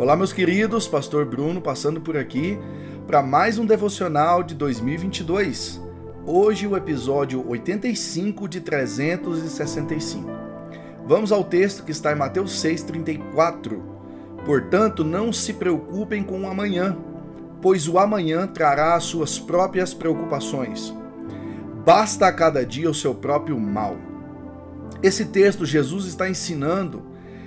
Olá, meus queridos, Pastor Bruno passando por aqui para mais um devocional de 2022. Hoje o episódio 85 de 365. Vamos ao texto que está em Mateus 6,34. Portanto, não se preocupem com o amanhã, pois o amanhã trará as suas próprias preocupações. Basta a cada dia o seu próprio mal. Esse texto Jesus está ensinando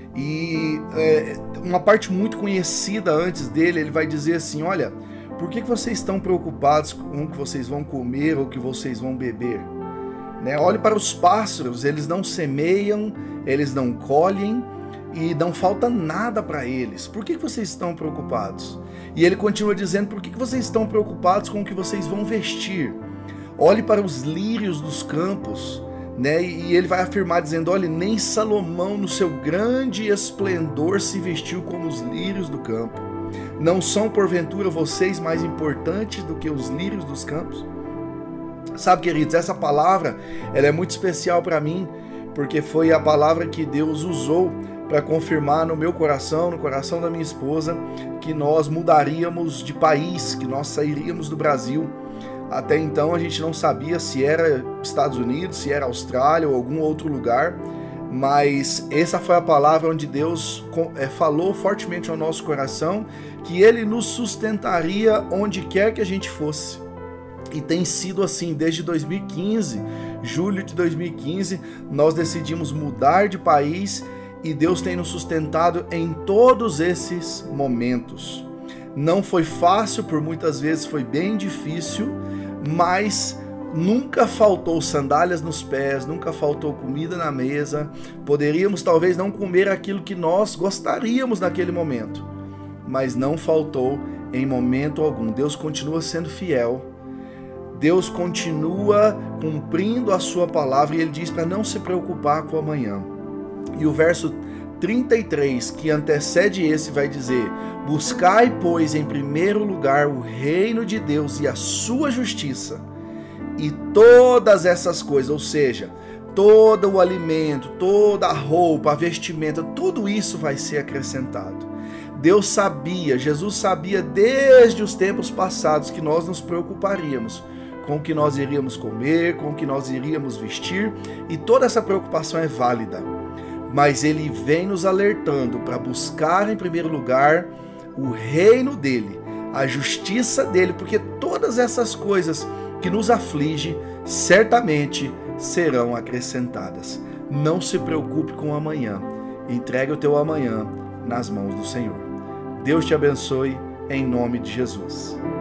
e uma parte muito conhecida antes dele, ele vai dizer assim, olha, por que vocês estão preocupados com o que vocês vão comer ou o que vocês vão beber? Olhe para os pássaros, eles não semeiam, eles não colhem e não falta nada para eles. Por que vocês estão preocupados? E ele continua dizendo, por que vocês estão preocupados com o que vocês vão vestir? Olhe para os lírios dos campos, e ele vai afirmar dizendo, olha, nem Salomão no seu grande esplendor se vestiu como os lírios do campo. Não são porventura vocês mais importantes do que os lírios dos campos? Sabe, queridos, essa palavra ela é muito especial para mim, porque foi a palavra que Deus usou para confirmar no meu coração, no coração da minha esposa, que nós mudaríamos de país, que nós sairíamos do Brasil. Até então a gente não sabia se era Estados Unidos, se era Austrália ou algum outro lugar, mas essa foi a palavra onde Deus falou fortemente ao nosso coração que Ele nos sustentaria onde quer que a gente fosse. E tem sido assim desde 2015, julho de 2015, nós decidimos mudar de país e Deus tem nos sustentado em todos esses momentos. Não foi fácil, por muitas vezes foi bem difícil, mas nunca faltou sandálias nos pés, nunca faltou comida na mesa. Poderíamos talvez não comer aquilo que nós gostaríamos naquele momento, mas não faltou em momento algum. Deus continua sendo fiel, Deus continua cumprindo a sua palavra e Ele diz para não se preocupar com o amanhã. E o verso 33, que antecede esse, vai dizer, buscai, pois, em primeiro lugar o reino de Deus e a sua justiça, e todas essas coisas, ou seja, todo o alimento, toda a roupa, a vestimenta, tudo isso vai ser acrescentado. Deus sabia, Jesus sabia desde os tempos passados que nós nos preocuparíamos com o que nós iríamos comer, com o que nós iríamos vestir, e toda essa preocupação é válida. Mas Ele vem nos alertando para buscar em primeiro lugar o reino dEle, a justiça dEle, porque todas essas coisas que nos afligem certamente serão acrescentadas. Não se preocupe com o amanhã, entregue o teu amanhã nas mãos do Senhor. Deus te abençoe em nome de Jesus.